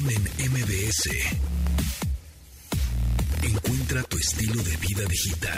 en MBS. Encuentra tu estilo de vida digital.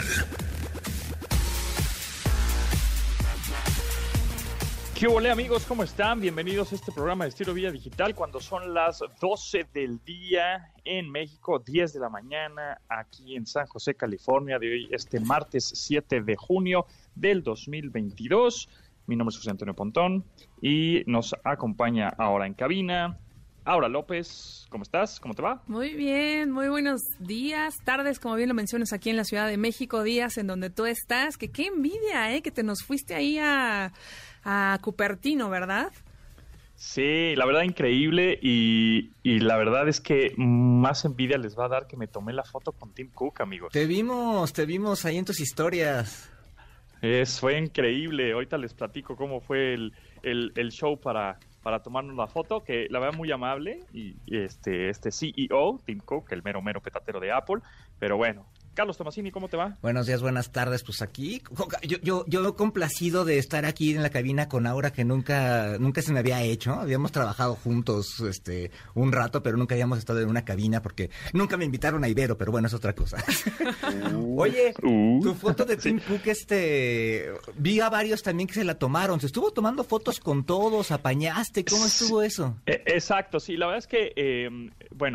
¿Qué ole, amigos? ¿Cómo están? Bienvenidos a este programa de Estilo Vida Digital cuando son las 12 del día en México, 10 de la mañana aquí en San José, California, de hoy, este martes 7 de junio del 2022. Mi nombre es José Antonio Pontón y nos acompaña ahora en cabina Aura López. ¿Cómo estás? ¿Cómo te va? Muy bien, muy buenos días, tardes, como bien lo mencionas aquí en la Ciudad de México, días en donde tú estás. Que qué envidia, que te nos fuiste ahí a Cupertino, ¿verdad? Sí, la verdad increíble y la verdad es que más envidia les va a dar que me tomé la foto con Tim Cook, amigos. Te vimos ahí en tus historias. Fue increíble. Ahorita les platico cómo fue el show para tomarnos la foto, que la verdad muy amable, y este CEO, Tim Cook, el mero petatero de Apple, pero bueno. Carlos Tomasini, ¿cómo te va? Buenos días, buenas tardes, pues aquí, yo complacido de estar aquí en la cabina con Aura, que nunca se me había hecho. Habíamos trabajado juntos un rato, pero nunca habíamos estado en una cabina porque nunca me invitaron a Ibero, pero bueno, es otra cosa. Oye, tu foto de Tim Cook, vi a varios también que se la tomaron. Se estuvo tomando fotos con todos, apañaste, ¿cómo estuvo eso? Exacto, sí, la verdad es que,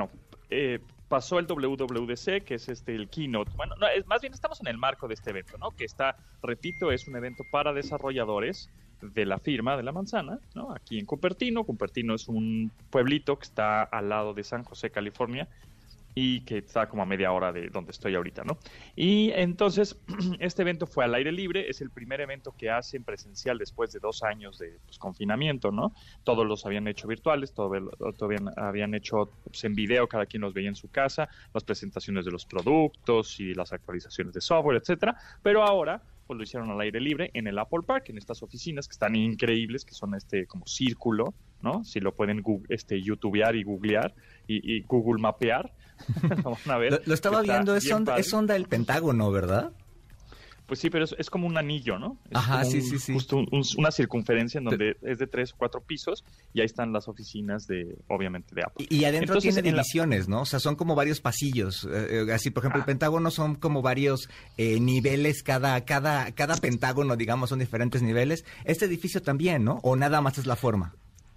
pasó el WWDC, que es el keynote. Bueno, no, más bien estamos en el marco de este evento, ¿no? Que repito, es un evento para desarrolladores de la firma de la manzana, ¿no? Aquí en Cupertino. Cupertino es un pueblito que está al lado de San José, California, y que está como a media hora de donde estoy ahorita, ¿no? Y entonces, este evento fue al aire libre, es el primer evento que hacen presencial después de 2 años de confinamiento, ¿no? Todos los habían hecho virtuales, todavía habían hecho en video, cada quien los veía en su casa, las presentaciones de los productos y las actualizaciones de software, etcétera, pero ahora pues lo hicieron al aire libre en el Apple Park, en estas oficinas que están increíbles, que son como círculo, ¿no? Si lo pueden youtubear y googlear y Google mapear, lo van a ver. Lo estaba viendo, es onda el Pentágono, ¿verdad? Pues sí, pero es como un anillo, ¿no? Ajá, sí. Justo una circunferencia en donde es de 3 o 4 pisos y ahí están las oficinas obviamente, de Apple. Y adentro entonces, tiene divisiones, ¿no? O sea, son como varios pasillos. Así, por ejemplo, el Pentágono son como varios niveles, cada Pentágono, digamos, son diferentes niveles. Este edificio también, ¿no? ¿O nada más es la forma?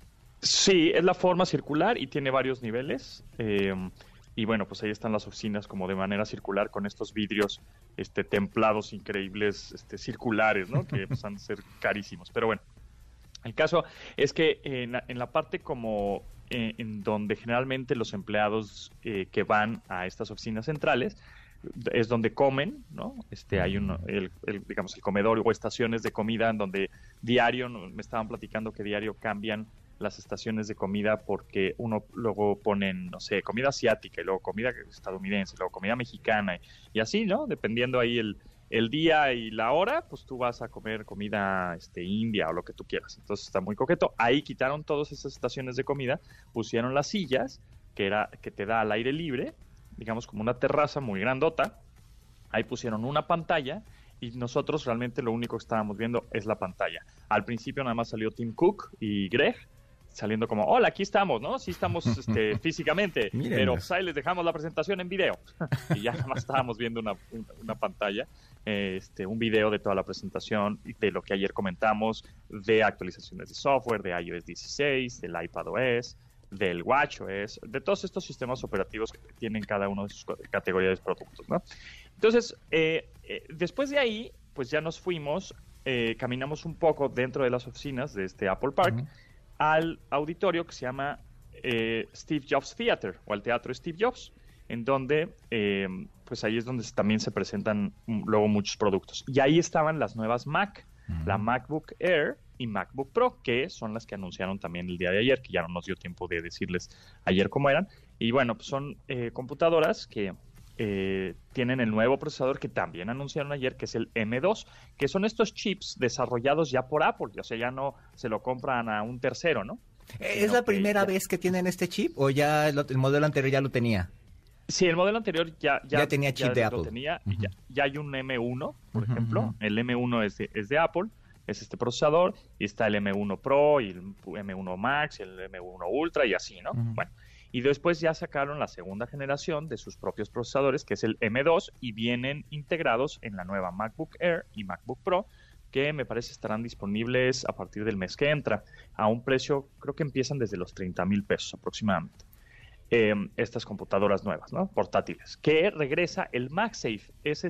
Sí, es la forma circular y tiene varios niveles. Y bueno, pues ahí están las oficinas como de manera circular con estos vidrios templados increíbles, circulares, ¿no? Que pues, han de ser carísimos. Pero bueno, el caso es que en la parte como en donde generalmente los empleados que van a estas oficinas centrales es donde comen, ¿no? Hay digamos, el comedor o estaciones de comida en donde diario, me estaban platicando que diario cambian las estaciones de comida porque uno luego ponen, no sé, comida asiática y luego comida estadounidense, luego comida mexicana y así, ¿no? Dependiendo ahí el día y la hora, pues tú vas a comer comida india o lo que tú quieras. Entonces está muy coqueto. Ahí quitaron todas esas estaciones de comida, pusieron las sillas que te da al aire libre, digamos como una terraza muy grandota. Ahí pusieron una pantalla y nosotros realmente lo único que estábamos viendo es la pantalla. Al principio nada más salió Tim Cook y Greg, saliendo como, hola, aquí estamos, ¿no? Sí estamos físicamente, pero pues ahí les dejamos la presentación en video. Y ya nada más estábamos viendo una pantalla, un video de toda la presentación, de lo que ayer comentamos, de actualizaciones de software, de iOS 16, del iPadOS, del WatchOS, de todos estos sistemas operativos que tienen cada uno de sus categorías de productos, ¿no? Entonces, después de ahí, pues ya nos fuimos, caminamos un poco dentro de las oficinas de Apple Park, al auditorio que se llama Steve Jobs Theater, o al Teatro Steve Jobs, en donde, pues ahí es donde también se presentan luego muchos productos. Y ahí estaban las nuevas Mac, la MacBook Air y MacBook Pro, que son las que anunciaron también el día de ayer, que ya no nos dio tiempo de decirles ayer cómo eran. Y bueno, pues son computadoras que tienen el nuevo procesador que también anunciaron ayer, que es el M2, que son estos chips desarrollados ya por Apple, o sea, ya no se lo compran a un tercero, ¿no? ¿Es la primera vez que tienen este chip o ya el modelo anterior ya lo tenía? Sí, el modelo anterior ya tenía chip de Apple. Lo tenía, y ya hay un M1, por ejemplo. El M1 es de Apple, es este procesador, y está el M1 Pro, y el M1 Max, y el M1 Ultra, y así, ¿no? Bueno, Y después ya sacaron la segunda generación de sus propios procesadores, que es el M2, y vienen integrados en la nueva MacBook Air y MacBook Pro, que me parece estarán disponibles a partir del mes que entra, a un precio, creo que empiezan desde los 30,000 pesos aproximadamente. Estas computadoras nuevas, ¿no? Portátiles, que regresa el MagSafe, es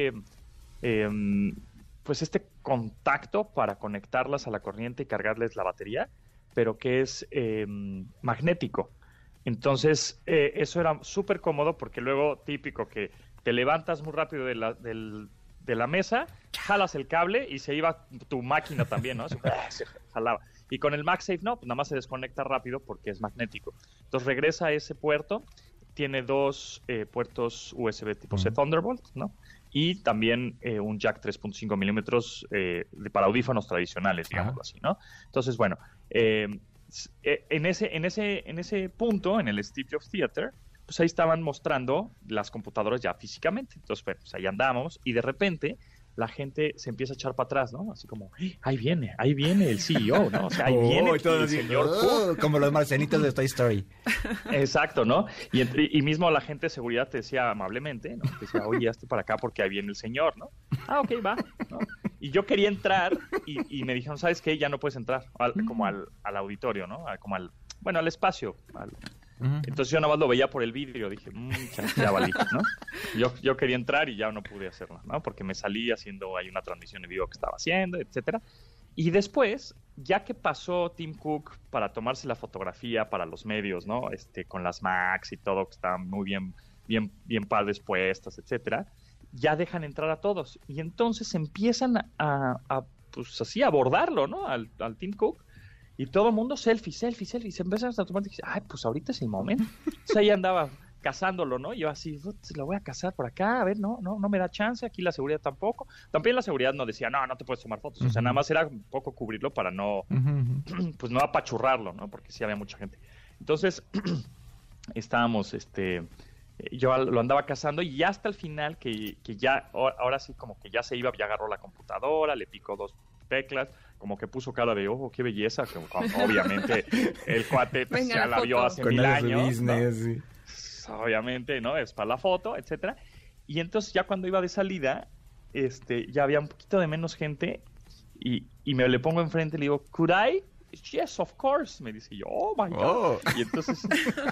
pues este contacto para conectarlas a la corriente y cargarles la batería, pero que es magnético. Entonces, eso era súper cómodo porque luego, típico, que te levantas muy rápido de la mesa, jalas el cable y se iba tu máquina también, ¿no? Se jalaba. Y con el MagSafe no, pues nada más se desconecta rápido porque es magnético. Entonces regresa a ese puerto, tiene 2 puertos USB tipo C Thunderbolt, ¿no? Y también un jack 3.5 milímetros para audífonos tradicionales, digámoslo así, ¿no? Entonces, bueno, en ese punto, en el Steve Jobs Theater, pues ahí estaban mostrando las computadoras ya físicamente. Entonces, pues ahí andamos y de repente la gente se empieza a echar para atrás, ¿no? Así como, ahí viene el CEO, ¿no? O sea, ahí viene el señor Cook. Como los marcianitos de Toy Story. Exacto, ¿no? Y mismo la gente de seguridad te decía amablemente, ¿no? Te decía, oye, hazte para acá porque ahí viene el señor, ¿no? Ah, ok, va, ¿no? Y yo quería entrar y me dijeron, ¿sabes qué? Ya no puedes entrar como al auditorio, ¿no? Como al espacio, Entonces yo nada más lo veía por el vidrio, dije, ya valí, ¿no? Yo quería entrar y ya no pude hacerlo, ¿no? Porque me salí haciendo ahí una transmisión en vivo que estaba haciendo, etcétera. Y después, ya que pasó Tim Cook para tomarse la fotografía para los medios, ¿no? Con las Macs y todo, que estaban muy bien padres puestas, etcétera, ya dejan entrar a todos. Y entonces empiezan pues así, a abordarlo, ¿no? Al Tim Cook. Y todo el mundo selfie. Se empiezan a tomar y dicen, ay, pues ahorita es el momento. Entonces ahí andaba cazándolo, ¿no? Yo así, lo voy a cazar por acá, a ver, no me da chance, aquí la seguridad tampoco. También la seguridad no decía, no te puedes tomar fotos. O sea, nada más era un poco cubrirlo para pues no apachurrarlo, ¿no? Porque sí había mucha gente. Entonces, estábamos, yo lo andaba cazando y ya hasta el final, que ya, ahora sí como que ya se iba, ya agarró la computadora, le picó 2 teclas, como que puso cara de ojo, qué belleza, que obviamente el cuate pues, ya la vio hace 1000 años, business, ¿no? Sí. Obviamente, ¿no? Es para la foto, etcétera. Y entonces ya cuando iba de salida, ya había un poquito de menos gente y me le pongo enfrente y le digo, ¿could I? Yes, of course, me dice yo, oh my God. Y entonces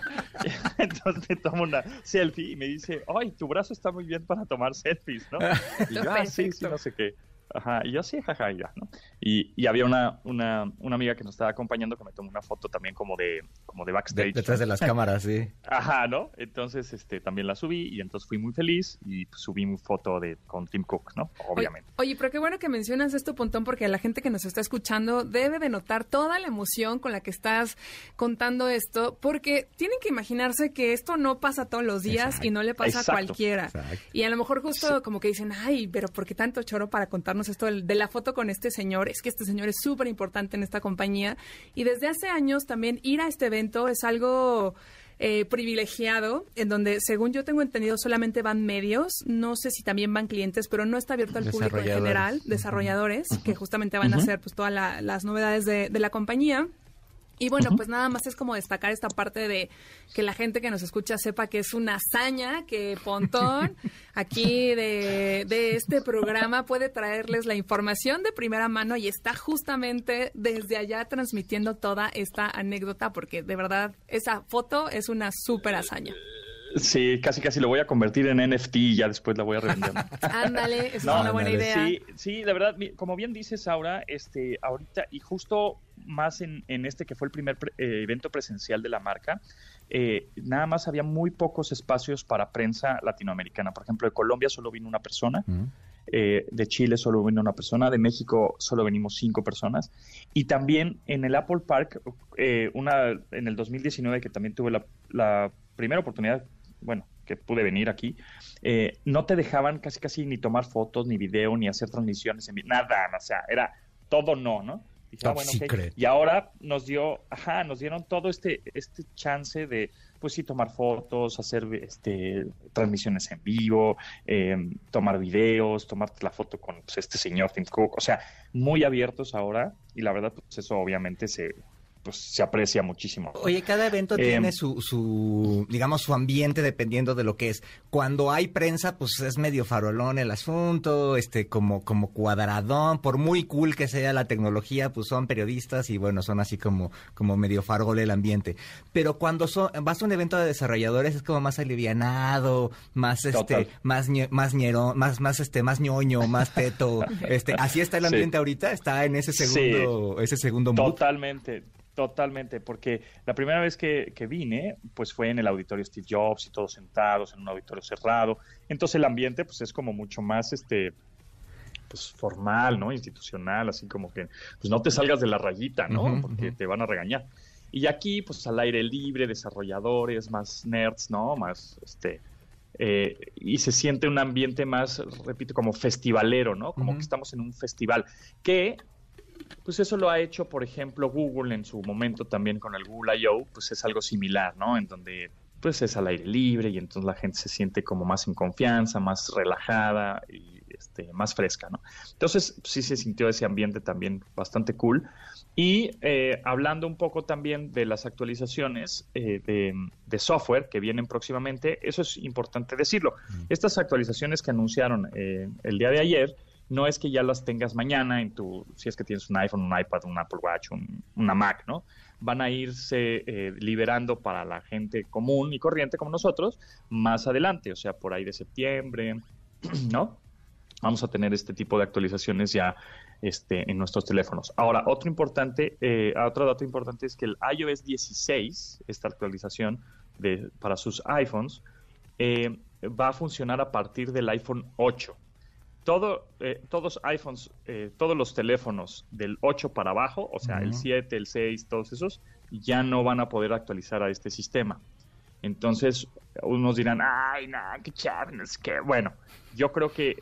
me tomo una selfie y me dice, ay, tu brazo está muy bien para tomar selfies, ¿no? Y yo, sí, no sé qué. Ajá, y yo sí, jaja, ya, ¿no? Y había una amiga que nos estaba acompañando que me tomó una foto también como de backstage. Detrás de las cámaras, sí. Ajá, ¿no? Entonces, también la subí y entonces fui muy feliz y pues, subí mi foto con Tim Cook, ¿no? Obviamente. Oye, pero qué bueno que mencionas esto, Pontón, porque la gente que nos está escuchando debe de notar toda la emoción con la que estás contando esto, porque tienen que imaginarse que esto no pasa todos los días y no le pasa a cualquiera. Exacto. Y a lo mejor justo como que dicen, ay, pero ¿por qué tanto choro para contarnos esto de la foto con este señor? Es que este señor es súper importante en esta compañía y desde hace años también ir a este evento es algo privilegiado, en donde según yo tengo entendido solamente van medios, no sé si también van clientes, pero no está abierto al público en general, desarrolladores, que justamente van a hacer pues todas las novedades de la compañía. Y bueno, pues nada más es como destacar esta parte de que la gente que nos escucha sepa que es una hazaña que Pontón aquí de este programa puede traerles la información de primera mano y está justamente desde allá transmitiendo toda esta anécdota porque de verdad esa foto es una súper hazaña. Sí, casi lo voy a convertir en NFT y ya después la voy a revender. Ándale, esa es una buena idea. Sí, la verdad, como bien dices, Aura, ahorita y justo más en que fue el primer evento presencial de la marca, nada más había muy pocos espacios para prensa latinoamericana. Por ejemplo, de Colombia solo vino una persona, de Chile solo vino una persona, de México solo venimos 5 personas. Y también en el Apple Park, en el 2019, que también tuve la primera oportunidad, bueno, que pude venir aquí, no te dejaban casi ni tomar fotos, ni video, ni hacer transmisiones, nada, o sea, era todo no. Dije, bueno, okay. Y ahora nos dieron todo este chance de, pues sí, tomar fotos, hacer transmisiones en vivo, tomar videos, tomar la foto con pues, este señor Tim Cook, o sea, muy abiertos ahora, y la verdad, pues eso obviamente se pues se aprecia muchísimo. Oye, cada evento tiene digamos, su ambiente dependiendo de lo que es. Cuando hay prensa, pues es medio farolón el asunto, como cuadradón, por muy cool que sea la tecnología, pues son periodistas y bueno, son así como medio farol el ambiente. Pero cuando vas a un evento de desarrolladores es como más alivianado, más más ñero, más ñoño, más teto. Así está el ambiente ahorita, está en ese segundo mood. Totalmente, porque la primera vez que vine, pues fue en el auditorio Steve Jobs y todos sentados en un auditorio cerrado. Entonces el ambiente, pues es como mucho más, pues formal, ¿no? Institucional, así como que, pues no te salgas de la rayita, ¿no? Porque te van a regañar. Y aquí, pues al aire libre, desarrolladores, más nerds, ¿no? Más, y se siente un ambiente más, repito, como festivalero, ¿no? Como que estamos en un festival que... Pues eso lo ha hecho, por ejemplo, Google en su momento también con el Google I.O., pues es algo similar, ¿no? En donde pues es al aire libre y entonces la gente se siente como más en confianza, más relajada y más fresca, ¿no? Entonces sí se sintió ese ambiente también bastante cool. Y hablando un poco también de las actualizaciones de software que vienen próximamente, eso es importante decirlo. Estas actualizaciones que anunciaron el día de ayer, no es que ya las tengas mañana si es que tienes un iPhone, un iPad, un Apple Watch, una Mac, ¿no? Van a irse liberando para la gente común y corriente como nosotros más adelante, o sea, por ahí de septiembre, ¿no? Vamos a tener este tipo de actualizaciones ya en nuestros teléfonos. Ahora, otro dato importante es que el iOS 16, esta actualización para sus iPhones, va a funcionar a partir del iPhone 8. Todos iPhones, todos los teléfonos del 8 para abajo, o sea, el 7, el 6, todos esos, ya no van a poder actualizar a este sistema. Entonces, unos dirán, ay, no, qué chavos, qué... Bueno, yo creo que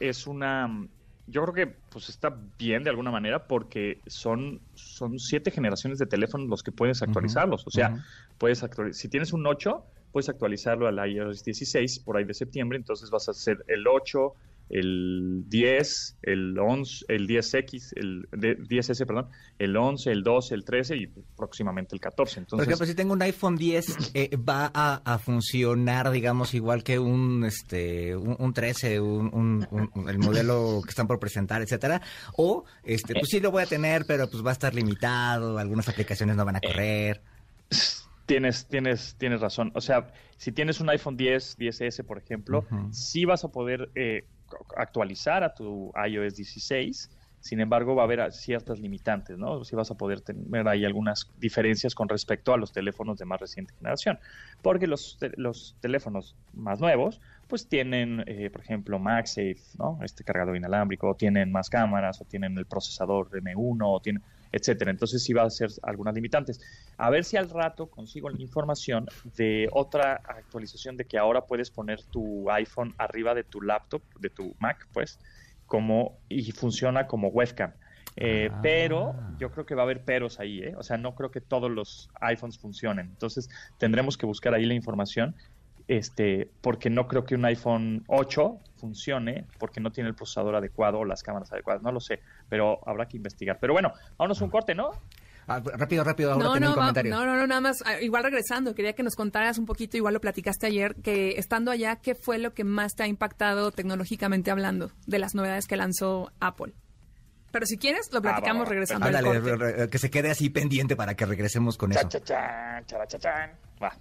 pues está bien de alguna manera porque son 7 generaciones de teléfonos los que puedes actualizarlos. O sea, si tienes un 8, puedes actualizarlo al iOS 16 por ahí de septiembre, entonces vas a hacer el 8... el 10, el 11, el 10X, el 10S, perdón, el 11, el 12, el 13 y próximamente el 14. Entonces, por ejemplo, si tengo un iPhone 10, ¿va a funcionar, digamos, igual que un 13, el modelo que están por presentar, etcétera? O, pues sí lo voy a tener, pero pues va a estar limitado, algunas aplicaciones no van a correr. Tienes razón. O sea, si tienes un iPhone 10, 10S, por ejemplo, sí vas a poder actualizar a tu iOS 16. Sin embargo, va a haber ciertas limitantes, ¿no? Sí vas a poder tener ahí algunas diferencias con respecto a los teléfonos de más reciente generación. Porque los teléfonos más nuevos, pues tienen, por ejemplo, MagSafe, ¿no? Cargador inalámbrico, o tienen más cámaras, o tienen el procesador M1, o tienen... etcétera. Entonces sí va a ser algunas limitantes. A ver si al rato consigo la información de otra actualización de que ahora puedes poner tu iPhone arriba de tu laptop, de tu Mac, pues, y funciona como webcam. Pero yo creo que va a haber peros ahí, O sea, no creo que todos los iPhones funcionen. Entonces tendremos que buscar ahí la información, porque no creo que un iPhone 8 funcione porque no tiene el procesador adecuado o las cámaras adecuadas, no lo sé, pero habrá que investigar. Pero bueno, vámonos a un corte, ¿no? Rápido, ahora tengo un comentario. No, nada más, igual regresando, quería que nos contaras un poquito, igual lo platicaste ayer, que estando allá, ¿qué fue lo que más te ha impactado tecnológicamente hablando de las novedades que lanzó Apple? Pero si quieres, lo platicamos regresando al corte. Que se quede así pendiente para que regresemos con eso. Va.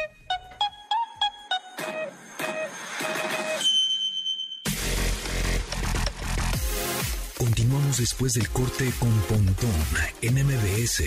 Continuamos después del corte con Pontón en MBS.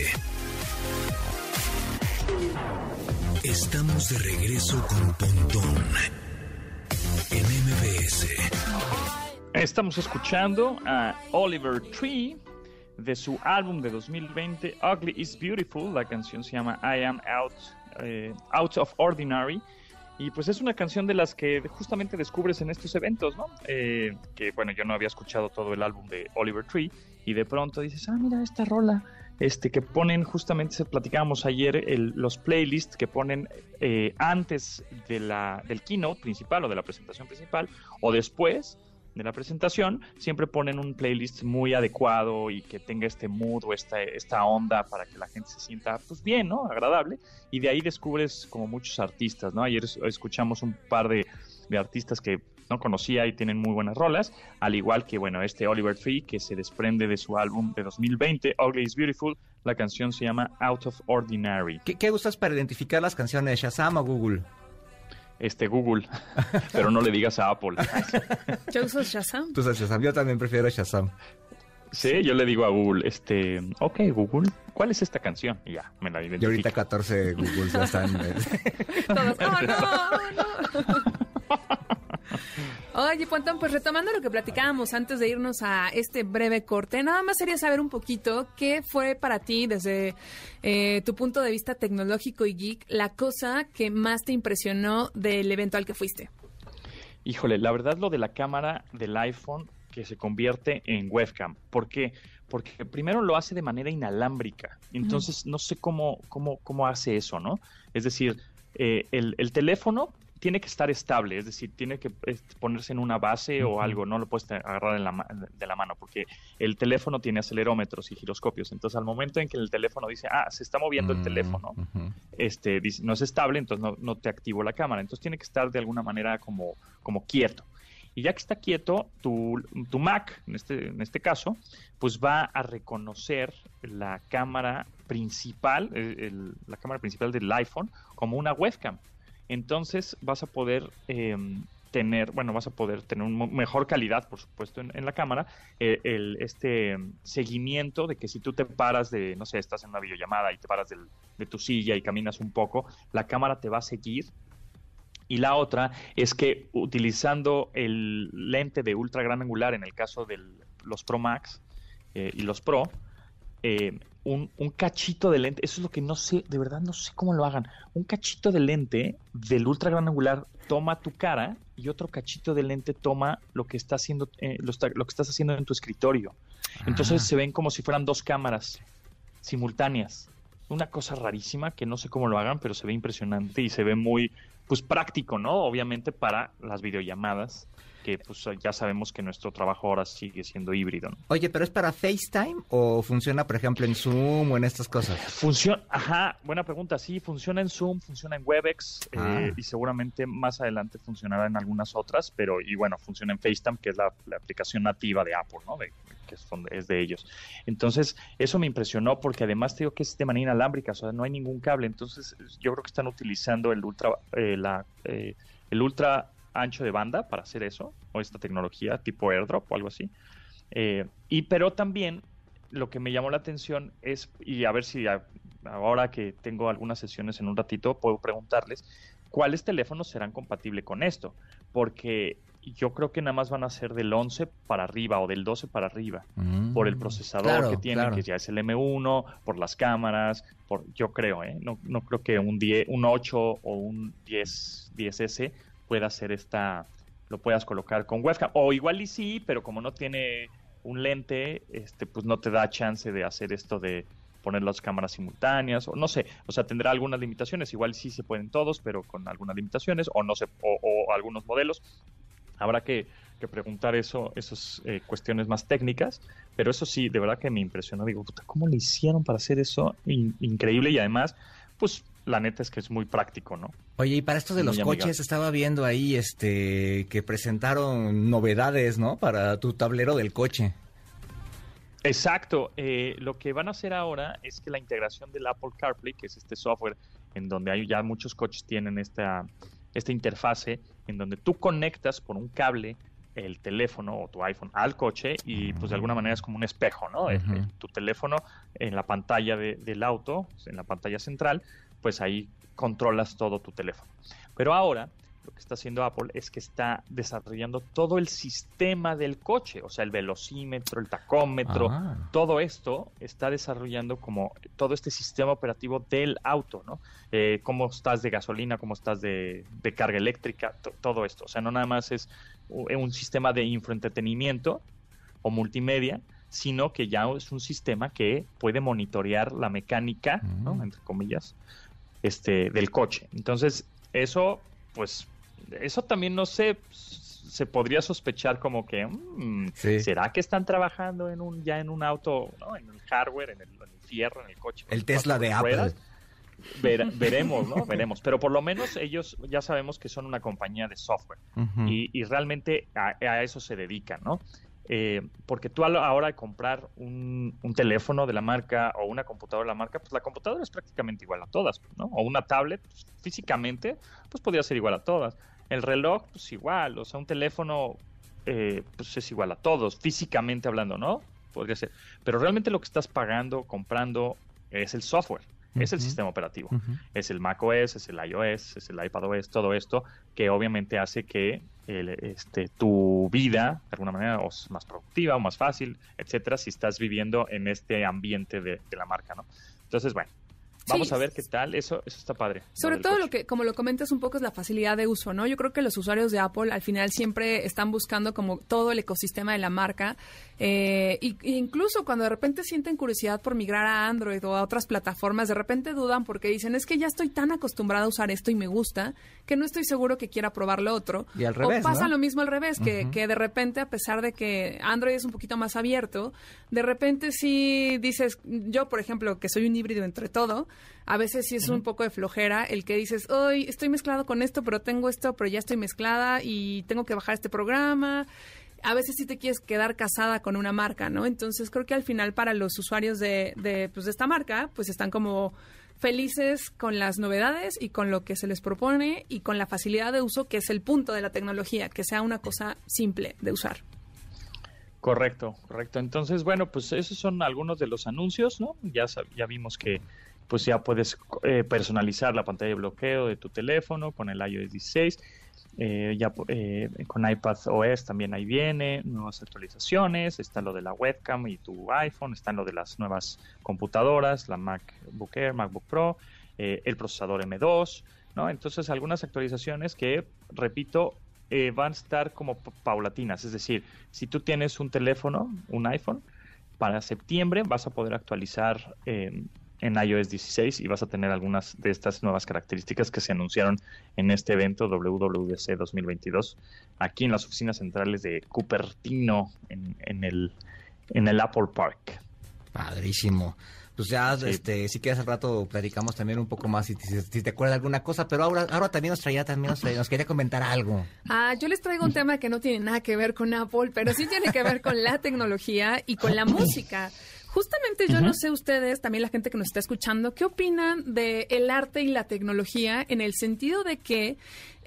Estamos de regreso con Pontón en MBS. Estamos escuchando a Oliver Tree de su álbum de 2020, Ugly is Beautiful. La canción se llama I Am Out of Ordinary. Y pues es una canción de las que justamente descubres en estos eventos, ¿no? Que bueno, yo no había escuchado todo el álbum de Oliver Tree y de pronto dices, mira esta rola, que ponen justamente, platicábamos ayer, los playlists que ponen antes del keynote principal o de la presentación principal o después, la presentación, siempre ponen un playlist muy adecuado y que tenga este mood o esta onda para que la gente se sienta pues bien, ¿no? Agradable, y de ahí descubres como muchos artistas, ¿no? Ayer escuchamos un par de artistas que no conocía y tienen muy buenas rolas, al igual que, bueno, Oliver Tree, que se desprende de su álbum de 2020, Ugly is Beautiful. La canción se llama Out of Ordinary. ¿Qué usas para identificar las canciones, Shazam o Google? Google, pero no le digas a Apple. Yo uso Shazam. Tú usas Shazam, yo también prefiero Shazam. Sí, yo le digo a Google, ok, Google, ¿cuál es esta canción? Y ya, me la identifico. Y ahorita 14 Google ya están... Todos, no. Oye, Pontón, pues retomando lo que platicábamos antes de irnos a este breve corte, nada más sería saber un poquito qué fue para ti, desde tu punto de vista tecnológico y geek, la cosa que más te impresionó del evento al que fuiste. Híjole, la verdad lo de la cámara del iPhone que se convierte en webcam. ¿Por qué? Porque primero lo hace de manera inalámbrica, entonces no sé cómo hace eso, ¿no? Es decir, el teléfono tiene que estar estable, es decir, tiene que ponerse en una base o algo, no lo puedes agarrar de la mano, porque el teléfono tiene acelerómetros y giroscopios, entonces al momento en que el teléfono dice, se está moviendo el teléfono, dice, no es estable, entonces no te activo la cámara, entonces tiene que estar de alguna manera como quieto. Y ya que está quieto, tu Mac, en este caso, pues va a reconocer la cámara principal, la cámara principal del iPhone como una webcam. Entonces vas a poder tener una mejor calidad, por supuesto, en la cámara, seguimiento de que si tú te paras no sé, estás en una videollamada y te paras de tu silla y caminas un poco, la cámara te va a seguir. Y la otra es que utilizando el lente de ultra gran angular, en el caso de los Pro Max y los Pro, un cachito de lente, eso es lo que no sé, de verdad no sé cómo lo hagan, un cachito de lente del ultra gran angular toma tu cara y otro cachito de lente toma lo que está haciendo, lo que estás haciendo en tu escritorio. Entonces se ven como si fueran dos cámaras simultáneas. Una cosa rarísima que no sé cómo lo hagan, pero se ve impresionante y se ve muy, pues, práctico, ¿no? Obviamente para las videollamadas, que pues ya sabemos que nuestro trabajo ahora sigue siendo híbrido, ¿no? Oye, ¿pero es para FaceTime o funciona, por ejemplo, en Zoom o en estas cosas? Buena pregunta. Sí, funciona en Zoom, funciona en Webex y seguramente más adelante funcionará en algunas otras, pero funciona en FaceTime, que es la aplicación nativa de Apple, ¿no? Que es de ellos. Entonces, eso me impresionó porque además te digo que es de manera inalámbrica, o sea, no hay ningún cable. Entonces, yo creo que están utilizando el ultra ancho de banda para hacer eso, o esta tecnología tipo AirDrop o algo así. Pero también lo que me llamó la atención es, y a ver si ahora que tengo algunas sesiones en un ratito, puedo preguntarles cuáles teléfonos serán compatibles con esto, porque yo creo que nada más van a ser del 11 para arriba o del 12 para arriba, por el procesador que tiene, que ya es el M1, por las cámaras, yo creo, no creo que un 8 o un 10S pueda hacer lo puedas colocar con webcam, o igual y sí, pero como no tiene un lente, pues no te da chance de hacer esto de poner las cámaras simultáneas, o no sé, o sea, tendrá algunas limitaciones, igual sí se pueden todos, pero con algunas limitaciones, o no sé, o algunos modelos. Habrá que preguntar esas cuestiones más técnicas, pero eso sí, de verdad que me impresionó. Digo, puta, ¿cómo le hicieron para hacer eso? Increíble, y además, pues, la neta es que es muy práctico, ¿no? Oye, y para esto de los coches, estaba viendo ahí que presentaron novedades, ¿no? Para tu tablero del coche. Exacto. Lo que van a hacer ahora es que la integración del Apple CarPlay, que es este software en donde ya muchos coches tienen esta interfase, en donde tú conectas por un cable el teléfono o tu iPhone al coche y pues de alguna manera es como un espejo, ¿no? Tu teléfono en la pantalla del auto, en la pantalla central, pues ahí controlas todo tu teléfono. Pero ahora lo que está haciendo Apple es que está desarrollando todo el sistema del coche, o sea, el velocímetro, el tacómetro, todo esto está desarrollando como todo este sistema operativo del auto, ¿no? Cómo estás de gasolina, cómo estás de carga eléctrica, todo esto. O sea, no nada más es un sistema de infoentretenimiento o multimedia, sino que ya es un sistema que puede monitorear la mecánica, ¿no? Entre comillas, del coche. Entonces, eso, pues, eso también no sé, se podría sospechar como que, sí. ¿será que están trabajando ya en un auto, ¿no? En el hardware, en el fierro, en el coche? El Tesla de Apple. Veremos, ¿no? Veremos. Pero por lo menos ellos ya sabemos que son una compañía de software y realmente a eso se dedican, ¿no? Porque tú a la hora de comprar un teléfono de la marca o una computadora de la marca, pues la computadora es prácticamente igual a todas, ¿no? O una tablet, pues, físicamente, pues podría ser igual a todas. El reloj, pues igual. O sea, un teléfono, pues es igual a todos, físicamente hablando, ¿no? Podría ser. Pero realmente lo que estás pagando, comprando, es el software. Es el sistema operativo. Es el macOS, es el iOS, es el iPadOS, todo esto que obviamente hace que tu vida, de alguna manera, o es más productiva o más fácil, etcétera, si estás viviendo en este ambiente de la marca, ¿no? Entonces, bueno, vamos a ver qué tal. Eso está padre. Sobre todo lo que, como lo comentas un poco, es la facilidad de uso, ¿no? Yo creo que los usuarios de Apple al final siempre están buscando como todo el ecosistema de la marca. Incluso cuando de repente sienten curiosidad por migrar a Android o a otras plataformas, de repente dudan porque dicen, es que ya estoy tan acostumbrada a usar esto y me gusta, que no estoy seguro que quiera probar lo otro. Y al revés, o pasa ¿no? lo mismo al revés, que de repente, a pesar de que Android es un poquito más abierto, de repente sí dices, yo por ejemplo, que soy un híbrido entre todo, a veces sí es un poco de flojera el que dices, hoy estoy mezclado con esto, pero tengo esto, pero ya estoy mezclada y tengo que bajar este programa. A veces sí te quieres quedar casada con una marca, ¿no? Entonces creo que al final para los usuarios de esta marca, pues están como felices con las novedades y con lo que se les propone y con la facilidad de uso, que es el punto de la tecnología, que sea una cosa simple de usar. Correcto. Entonces, bueno, pues esos son algunos de los anuncios, ¿no? Ya vimos que pues ya puedes personalizar la pantalla de bloqueo de tu teléfono con el iOS 16. Con iPadOS también ahí viene, nuevas actualizaciones, está lo de la webcam y tu iPhone, están lo de las nuevas computadoras, la MacBook Air, MacBook Pro, el procesador M2, ¿no? Entonces algunas actualizaciones que, repito, van a estar como paulatinas, es decir, si tú tienes un teléfono, un iPhone, para septiembre vas a poder actualizar en iOS 16 y vas a tener algunas de estas nuevas características que se anunciaron en este evento WWDC 2022 aquí en las oficinas centrales de Cupertino en el Apple Park. Padrísimo. Pues ya, Sí. Si quieres al rato platicamos también un poco más si te acuerdas de alguna cosa, pero ahora también nos quería comentar algo. Yo les traigo un tema que no tiene nada que ver con Apple, pero sí tiene que ver con la tecnología y con la música. Justamente yo no sé ustedes, también la gente que nos está escuchando, ¿qué opinan de el arte y la tecnología en el sentido de que,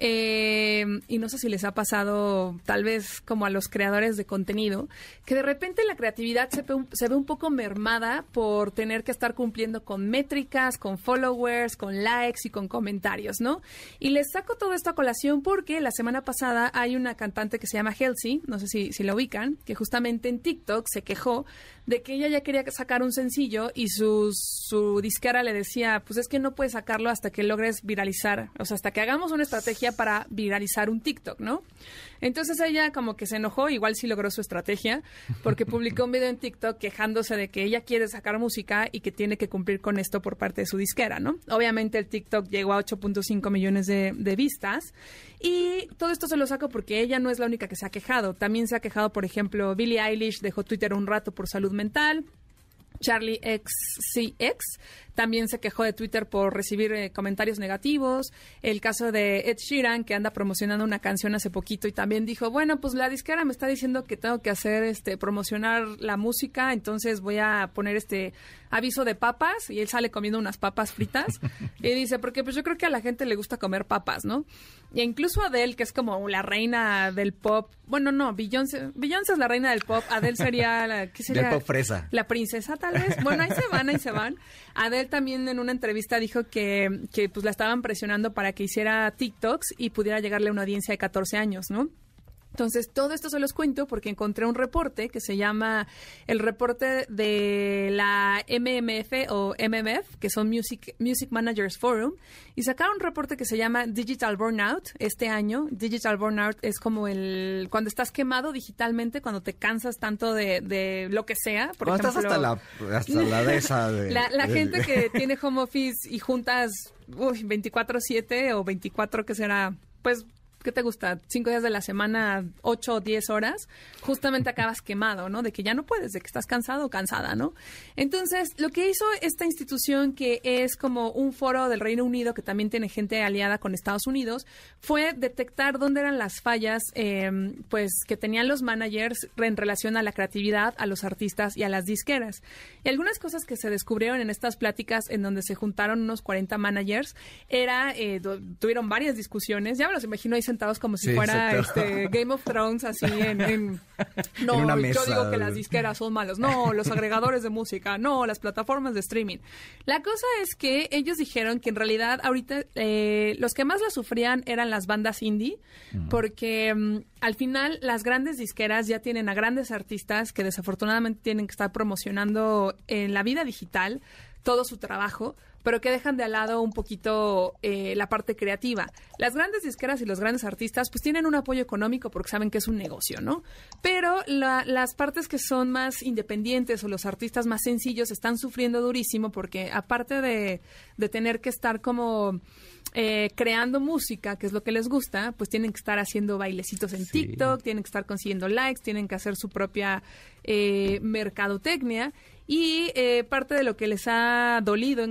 y no sé si les ha pasado tal vez como a los creadores de contenido, que de repente la creatividad se ve un poco mermada por tener que estar cumpliendo con métricas, con followers, con likes y con comentarios, ¿no? Y les saco todo esto a colación porque la semana pasada hay una cantante que se llama Halsey, no sé si la ubican, que justamente en TikTok se quejó de que ella ya quería sacar un sencillo y su disquera le decía, pues es que no puedes sacarlo hasta que logres viralizar, o sea, hasta que hagamos una estrategia para viralizar un TikTok, ¿no? Entonces ella como que se enojó, igual sí logró su estrategia, porque publicó un video en TikTok quejándose de que ella quiere sacar música y que tiene que cumplir con esto por parte de su disquera, ¿no? Obviamente el TikTok llegó a 8.5 millones de vistas y todo esto se lo saco porque ella no es la única que se ha quejado. También se ha quejado, por ejemplo, Billie Eilish dejó Twitter un rato por salud mental. Charlie XCX también se quejó de Twitter por recibir comentarios negativos. El caso de Ed Sheeran, que anda promocionando una canción hace poquito y también dijo, bueno, pues la disquera me está diciendo que tengo que hacer promocionar la música, entonces voy a poner aviso de papas, y él sale comiendo unas papas fritas y dice, porque pues yo creo que a la gente le gusta comer papas, ¿no? Y incluso Adele, que es como la reina del pop, bueno, no, Beyoncé es la reina del pop, Adele sería ¿qué sería? Del pop fresa. La princesa, tal vez. Bueno, ahí se van. Adele también en una entrevista dijo que pues la estaban presionando para que hiciera TikToks y pudiera llegarle a una audiencia de 14 años, ¿no? Entonces, todo esto se los cuento porque encontré un reporte que se llama el reporte de la MMF o MMF, que son Music Managers Forum, y sacaron un reporte que se llama Digital Burnout este año. Digital Burnout es como cuando estás quemado digitalmente, cuando te cansas tanto de lo que sea. Por ejemplo, estás hasta la de esa. La gente que tiene home office y juntas 24/7 o 24, que será, pues ¿qué te gusta? 5 días de la semana, 8 o 10 horas, justamente acabas quemado, ¿no? De que ya no puedes, de que estás cansado o cansada, ¿no? Entonces, lo que hizo esta institución, que es como un foro del Reino Unido, que también tiene gente aliada con Estados Unidos, fue detectar dónde eran las fallas, pues, que tenían los managers en relación a la creatividad, a los artistas y a las disqueras. Y algunas cosas que se descubrieron en estas pláticas en donde se juntaron unos 40 managers, tuvieron varias discusiones, ya me los imagino ahí sentados como si fuera Game of Thrones, así no, en una mesa. Yo digo que las disqueras son malos, no, los agregadores de música, no, las plataformas de streaming. La cosa es que ellos dijeron que en realidad ahorita los que más la sufrían eran las bandas indie, porque al final las grandes disqueras ya tienen a grandes artistas que desafortunadamente tienen que estar promocionando en la vida digital todo su trabajo, pero que dejan de lado un poquito la parte creativa. Las grandes disqueras y los grandes artistas pues tienen un apoyo económico porque saben que es un negocio, ¿no? Pero las partes que son más independientes o los artistas más sencillos están sufriendo durísimo porque aparte de tener que estar como creando música, que es lo que les gusta, pues tienen que estar haciendo bailecitos en TikTok, tienen que estar consiguiendo likes, tienen que hacer su propia mercadotecnia. Y parte de lo que les ha dolido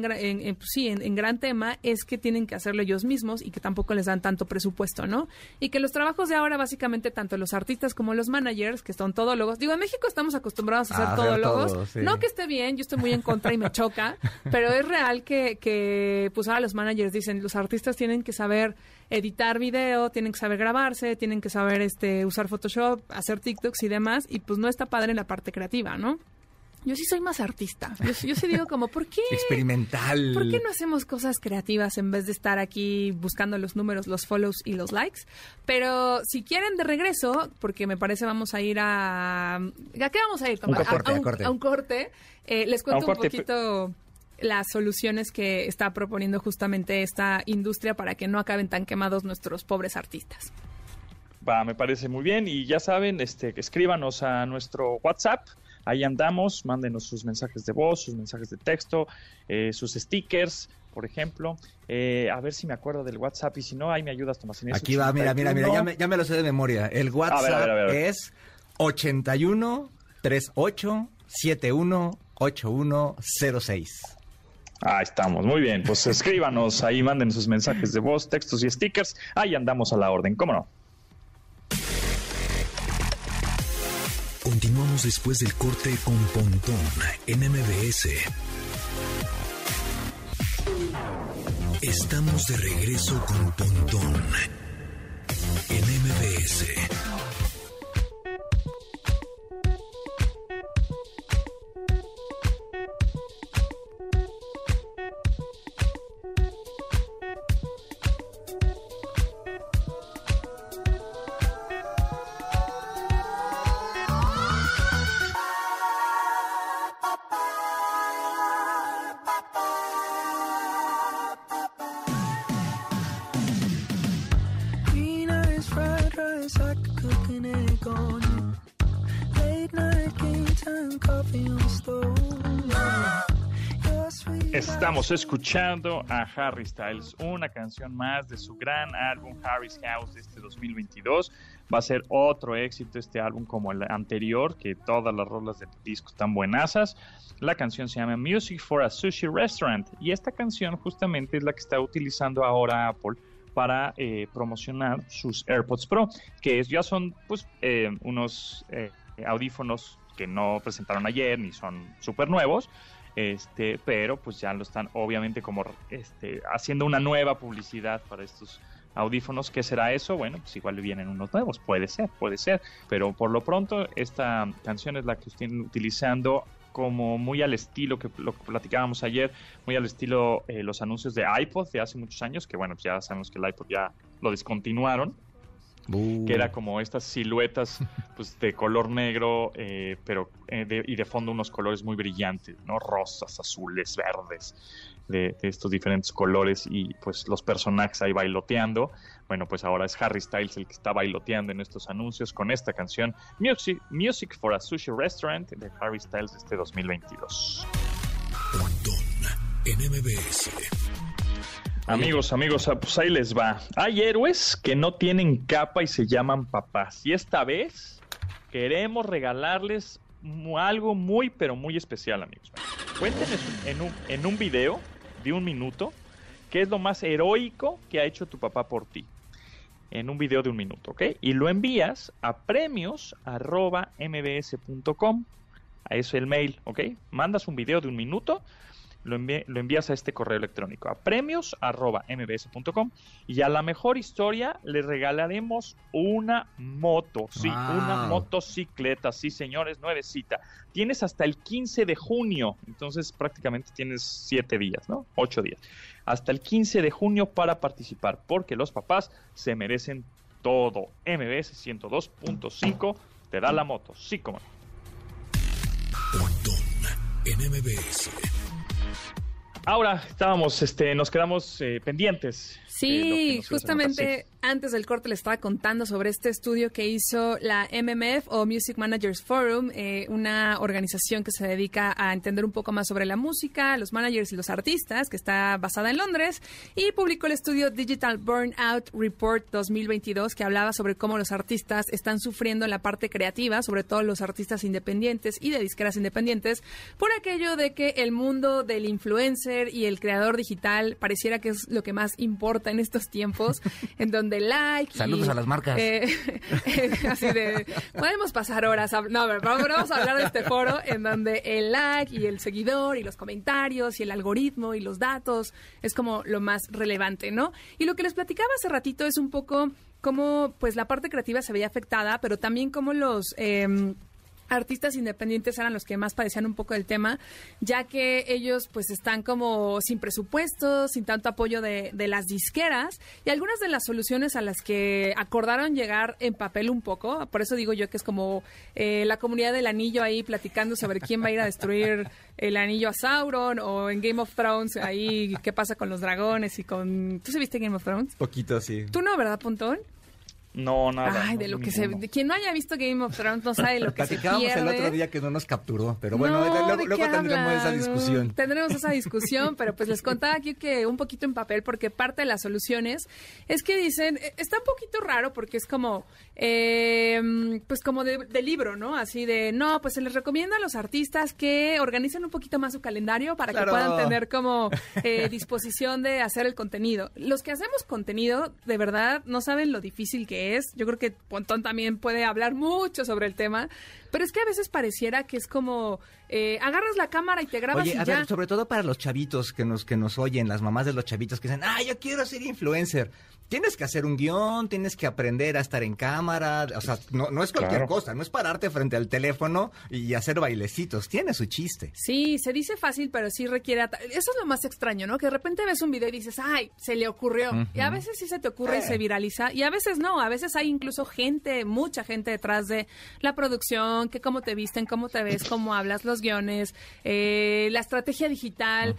en gran tema es que tienen que hacerlo ellos mismos y que tampoco les dan tanto presupuesto, ¿no? Y que los trabajos de ahora, básicamente, tanto los artistas como los managers, que son todólogos, digo, en México estamos acostumbrados a ser todólogos, todo, sí. No que esté bien, yo estoy muy en contra y me choca, pero es real que pues ahora los managers dicen, los artistas tienen que saber editar video, tienen que saber grabarse, tienen que saber usar Photoshop, hacer TikToks y demás, y pues no está padre en la parte creativa, ¿no? Yo sí soy más artista. Yo sí digo como, ¿por qué? Experimental. ¿Por qué no hacemos cosas creativas en vez de estar aquí buscando los números, los follows y los likes? Pero si quieren de regreso, porque me parece vamos a ir ¿a qué vamos a ir? A un corte. Les cuento un poquito las soluciones que está proponiendo justamente esta industria para que no acaben tan quemados nuestros pobres artistas. Me parece muy bien. Y ya saben, escríbanos a nuestro WhatsApp. Ahí andamos, mándenos sus mensajes de voz, sus mensajes de texto, sus stickers, por ejemplo. A ver si me acuerdo del WhatsApp y si no, ahí me ayudas, Tomás Inés. Aquí va, mira, ya me lo sé de memoria. El WhatsApp es 81 38 71 8106. Ahí estamos, muy bien. Pues escríbanos, ahí manden sus mensajes de voz, textos y stickers. Ahí andamos a la orden, ¿cómo no? Continuamos después del corte con Pontón en MBS. Estamos de regreso con Pontón en MBS. Estamos escuchando a Harry Styles, una canción más de su gran álbum Harry's House de este 2022. Va a ser otro éxito este álbum como el anterior, que todas las rolas del disco están buenazas. La canción se llama Music for a Sushi Restaurant y esta canción justamente es la que está utilizando ahora Apple para promocionar sus AirPods Pro, que ya son pues unos audífonos que no presentaron ayer ni son súper nuevos. Pero pues ya lo están obviamente como haciendo una nueva publicidad para estos audífonos. ¿Qué será eso? Bueno, pues igual vienen unos nuevos, puede ser, pero por lo pronto esta canción es la que están utilizando como muy al estilo que lo que platicábamos ayer, muy al estilo los anuncios de iPod de hace muchos años, que bueno, pues ya sabemos que el iPod ya lo descontinuaron. Que era como estas siluetas pues de color negro, pero y de fondo unos colores muy brillantes, ¿no? Rosas, azules, verdes, de estos diferentes colores y pues los personajes ahí bailoteando. Bueno, pues ahora es Harry Styles el que está bailoteando en estos anuncios con esta canción Music for a Sushi Restaurant de Harry Styles de este 2022. Pontón en MBS. Amigos, pues ahí les va. Hay héroes que no tienen capa y se llaman papás. Y esta vez queremos regalarles algo muy, pero muy especial, amigos. Cuéntenos en un video de 1 minuto qué es lo más heroico que ha hecho tu papá por ti. En un video de 1 minuto, ¿ok? Y lo envías a premios@mbs.com. Eso es el mail, ¿ok? Mandas un video de 1 minuto, lo envías a este correo electrónico, a premios@mbs.com, y a la mejor historia le regalaremos una moto, sí, una motocicleta, sí, señores, nuevecita. Tienes hasta el 15 de junio, entonces prácticamente tienes 7 días, ¿no? 8 días. Hasta el 15 de junio para participar, porque los papás se merecen todo. MBS 102.5 te da la moto, sí, como no. Pontón en MBS. Ahora nos quedamos pendientes. Sí, justamente antes del corte les estaba contando sobre este estudio que hizo la MMF o Music Managers Forum, una organización que se dedica a entender un poco más sobre la música, los managers y los artistas, que está basada en Londres, y publicó el estudio Digital Burnout Report 2022, que hablaba sobre cómo los artistas están sufriendo en la parte creativa, sobre todo los artistas independientes y de disqueras independientes, por aquello de que el mundo del influencer y el creador digital pareciera que es lo que más importa en estos tiempos, en donde like... Saludos a las marcas. Así de... Podemos pasar horas... vamos a hablar de este foro en donde el like y el seguidor y los comentarios y el algoritmo y los datos es como lo más relevante, ¿no? Y lo que les platicaba hace ratito es un poco cómo pues la parte creativa se veía afectada, pero también cómo los... artistas independientes eran los que más padecían un poco del tema, ya que ellos pues están como sin presupuesto, sin tanto apoyo de las disqueras, y algunas de las soluciones a las que acordaron llegar en papel un poco, por eso digo yo que es como la comunidad del anillo ahí platicando sobre quién va a ir a destruir el anillo a Sauron, o en Game of Thrones ahí qué pasa con los dragones y con... ¿Tú sí viste Game of Thrones? Poquito, sí. ¿Tú no, verdad, Pontón? No, nada. Ay, de lo que quien no haya visto Game of Thrones no sabe lo que se pierde. Platicábamos el otro día que no nos capturó, pero bueno, luego tendremos esa discusión. Tendremos esa discusión, pero pues les contaba aquí que un poquito en papel, porque parte de las soluciones es que dicen, está un poquito raro porque es como, pues como de libro, ¿no? Así de, no, pues se les recomienda a los artistas que organicen un poquito más su calendario para que puedan tener como disposición de hacer el contenido. Los que hacemos contenido, de verdad, no saben lo difícil que es. Yo creo que Pontón también puede hablar mucho sobre el tema, pero es que a veces pareciera que es como agarras la cámara y te grabas. Oye, y a ya. ver, sobre todo para los chavitos que nos oyen, las mamás de los chavitos que dicen, yo quiero ser influencer. Tienes que hacer un guión, tienes que aprender a estar en cámara, o sea, no es cualquier cosa, no es pararte frente al teléfono y hacer bailecitos, tiene su chiste. Sí, se dice fácil, pero sí requiere... Eso es lo más extraño, ¿no? Que de repente ves un video y dices, ¡ay, se le ocurrió! Uh-huh. Y a veces sí se te ocurre y se viraliza, y a veces no, a veces hay incluso mucha gente detrás de la producción, que cómo te visten, cómo te ves, cómo hablas, los guiones, la estrategia digital,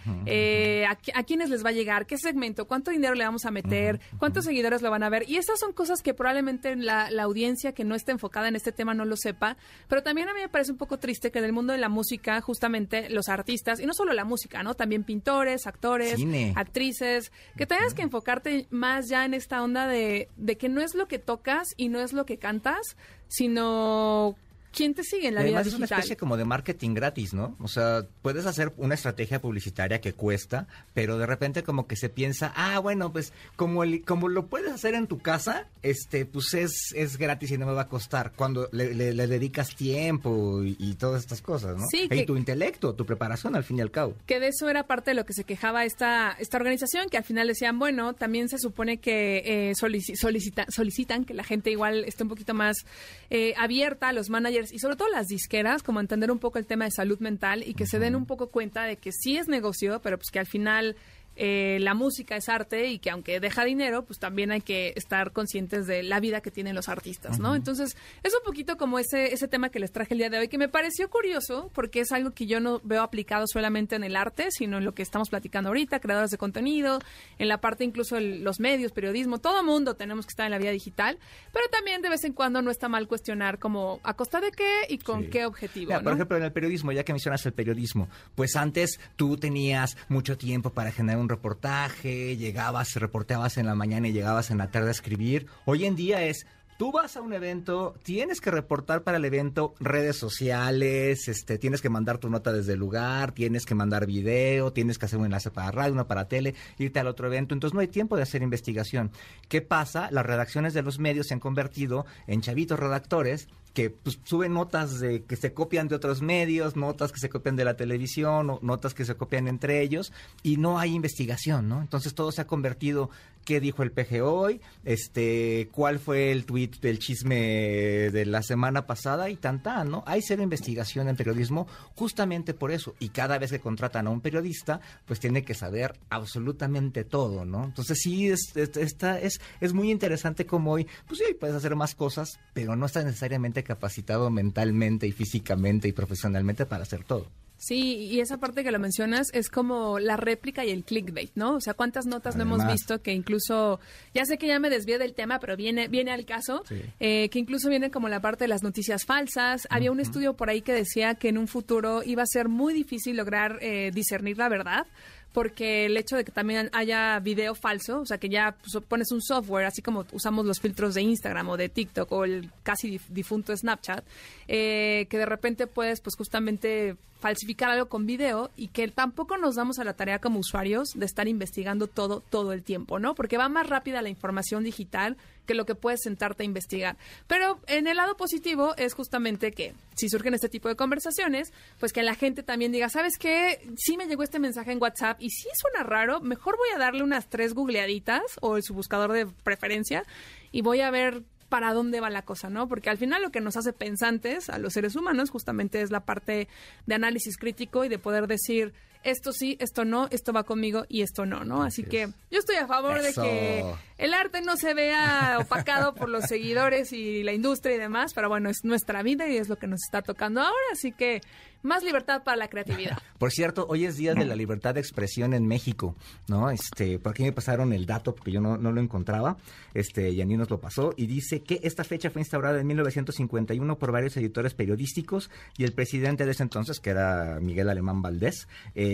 a quiénes les va a llegar, qué segmento, cuánto dinero le vamos a meter, cuántos seguidores lo van a ver, y estas son cosas que probablemente la audiencia que no esté enfocada en este tema no lo sepa, pero también a mí me parece un poco triste que en el mundo de la música, justamente los artistas, y no solo la música, ¿no? También pintores, actores, cine, actrices, que tengas que enfocarte más ya en esta onda de que no es lo que tocas y no es lo que cantas, sino... ¿Quién te sigue en la vida digital? Es una especie como de marketing gratis, ¿no? O sea, puedes hacer una estrategia publicitaria que cuesta, pero de repente como que se piensa, bueno, pues como lo puedes hacer en tu casa, pues es gratis y no me va a costar. Cuando le dedicas tiempo y todas estas cosas, ¿no? Sí, y tu intelecto, tu preparación al fin y al cabo. Que de eso era parte de lo que se quejaba esta organización, que al final decían, bueno, también se supone que solicitan que la gente igual esté un poquito más abierta a los managers y sobre todo las disqueras, como entender un poco el tema de salud mental y que se den un poco cuenta de que sí es negocio, pero pues que al final la música es arte y que aunque deja dinero, pues también hay que estar conscientes de la vida que tienen los artistas, ¿no? Entonces, es un poquito como ese tema que les traje el día de hoy, que me pareció curioso, porque es algo que yo no veo aplicado solamente en el arte, sino en lo que estamos platicando ahorita, creadores de contenido, en la parte incluso de los medios, periodismo, todo mundo tenemos que estar en la vida digital, pero también de vez en cuando no está mal cuestionar como a costa de qué y con qué objetivo, Mira, ¿no? Por ejemplo, en el periodismo, ya que mencionas el periodismo, pues antes tú tenías mucho tiempo para generar un reportaje, llegabas, reporteabas en la mañana y llegabas en la tarde a escribir. Hoy en día tú vas a un evento, tienes que reportar para el evento redes sociales, tienes que mandar tu nota desde el lugar, tienes que mandar video, tienes que hacer un enlace para radio, uno para tele, irte al otro evento. Entonces no hay tiempo de hacer investigación. ¿Qué pasa? Las redacciones de los medios se han convertido en chavitos redactores que pues, suben notas que se copian de otros medios, notas que se copian de la televisión, notas que se copian entre ellos, y no hay investigación, ¿no? Entonces todo se ha convertido, ¿qué dijo el PG hoy? ¿Cuál fue el tuit del chisme de la semana pasada? Y ¿no? Hay cero investigación en periodismo justamente por eso, y cada vez que contratan a un periodista, pues tiene que saber absolutamente todo, ¿no? Entonces sí, es muy interesante como hoy, pues sí, puedes hacer más cosas, pero no estás necesariamente capacitado mentalmente y físicamente y profesionalmente para hacer todo. Sí, y esa parte que lo mencionas es como la réplica y el clickbait, ¿no? O sea, ¿cuántas notas no hemos visto que incluso, ya sé que ya me desvié del tema, pero viene al caso, sí. Que incluso viene como la parte de las noticias falsas. Había un estudio por ahí que decía que en un futuro iba a ser muy difícil lograr discernir la verdad, porque el hecho de que también haya video falso, o sea, que ya pones un software, así como usamos los filtros de Instagram o de TikTok o el casi difunto Snapchat, que de repente puedes, pues justamente falsificar algo con video, y que tampoco nos damos a la tarea como usuarios de estar investigando todo el tiempo, ¿no? Porque va más rápida la información digital que lo que puedes sentarte a investigar. Pero en el lado positivo es justamente que si surgen este tipo de conversaciones, pues que la gente también diga, ¿sabes qué? Sí me llegó este mensaje en WhatsApp y sí suena raro, mejor voy a darle unas 3 googleaditas o su buscador de preferencia y voy a ver para dónde va la cosa, ¿no? Porque al final lo que nos hace pensantes a los seres humanos justamente es la parte de análisis crítico y de poder decir, esto sí, esto no, esto va conmigo y esto no, ¿no? Así que yo estoy a favor de que el arte no se vea opacado por los seguidores y la industria y demás, pero bueno, es nuestra vida y es lo que nos está tocando ahora, así que más libertad para la creatividad. Por cierto, hoy es Día de la Libertad de Expresión en México, ¿no? Por aquí me pasaron el dato porque yo no lo encontraba, Yaní nos lo pasó, y dice que esta fecha fue instaurada en 1951 por varios editores periodísticos y el presidente de ese entonces, que era Miguel Alemán Valdés,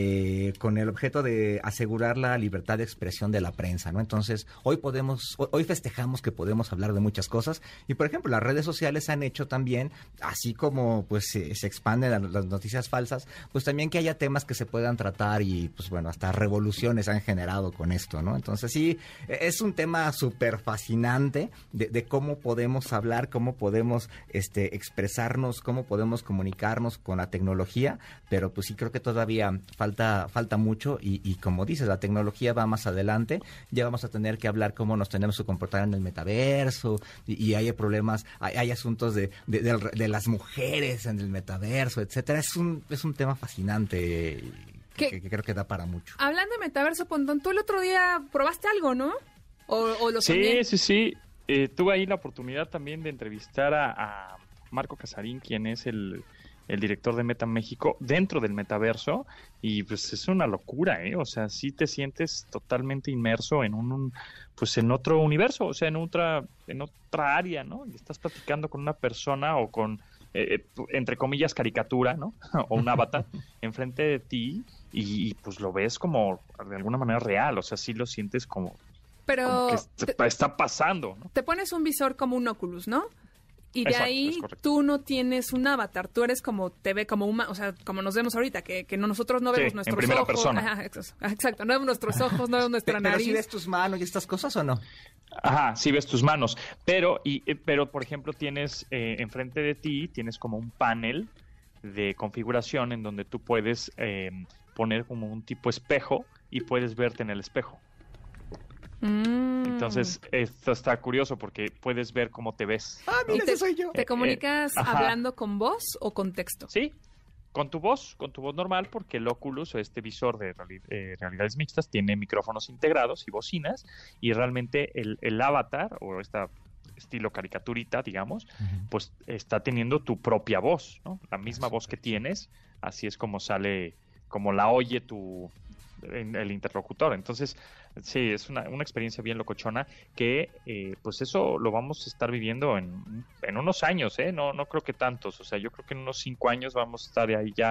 con el objeto de asegurar la libertad de expresión de la prensa, ¿no? Entonces, hoy festejamos que podemos hablar de muchas cosas, y por ejemplo, las redes sociales han hecho también, así como pues se expanden las noticias falsas, pues también que haya temas que se puedan tratar, y pues bueno, hasta revoluciones han generado con esto, ¿no? Entonces sí, es un tema súper fascinante de cómo podemos hablar, cómo podemos expresarnos, cómo podemos comunicarnos con la tecnología, pero pues sí creo que todavía falta mucho, y como dices, la tecnología va más adelante, ya vamos a tener que hablar cómo nos tenemos que comportar en el metaverso, y hay problemas, hay asuntos de las mujeres en el metaverso, etcétera. Es un tema fascinante que creo que da para mucho. Hablando de metaverso, Pontón, tú el otro día probaste algo, ¿no? ¿O lo soñé? Sí. Tuve ahí la oportunidad también de entrevistar a Marco Casarín, quien es el director de Meta México, dentro del metaverso, y pues es una locura, ¿eh? O sea, sí te sientes totalmente inmerso en en otro universo, o sea, en otra área, ¿no? Y estás platicando con una persona o con entre comillas caricatura, ¿no? O un avatar enfrente de ti, y pues lo ves como de alguna manera real, o sea, sí lo sientes como que está pasando, ¿no? Te pones un visor como un Oculus, ¿no? Y de Exacto, ahí tú no tienes un avatar, tú eres como, te ve como o sea, como nos vemos ahorita, que nosotros no vemos nuestros en primera ojos. persona. Ajá, exacto, no vemos nuestros ojos, no vemos nuestra nariz. ¿Pero si ves tus manos y estas cosas o no? Ajá, sí ves tus manos, pero por ejemplo tienes enfrente de ti, tienes como un panel de configuración en donde tú puedes poner como un tipo espejo y puedes verte en el espejo. Entonces, esto está curioso porque puedes ver cómo te ves. Mira, ese soy yo. ¿Te comunicas hablando con voz o con texto? Sí, con tu voz normal, porque el Oculus o este visor de realidades mixtas tiene micrófonos integrados y bocinas, y realmente el avatar o esta estilo caricaturita, digamos, pues está teniendo tu propia voz, ¿no? La misma voz que tienes, así es como sale, como la oye el interlocutor. Entonces, sí, es una experiencia bien locochona que, pues eso lo vamos a estar viviendo en unos años, ¿eh? No creo que tantos, o sea, yo creo que en unos 5 años vamos a estar ahí ya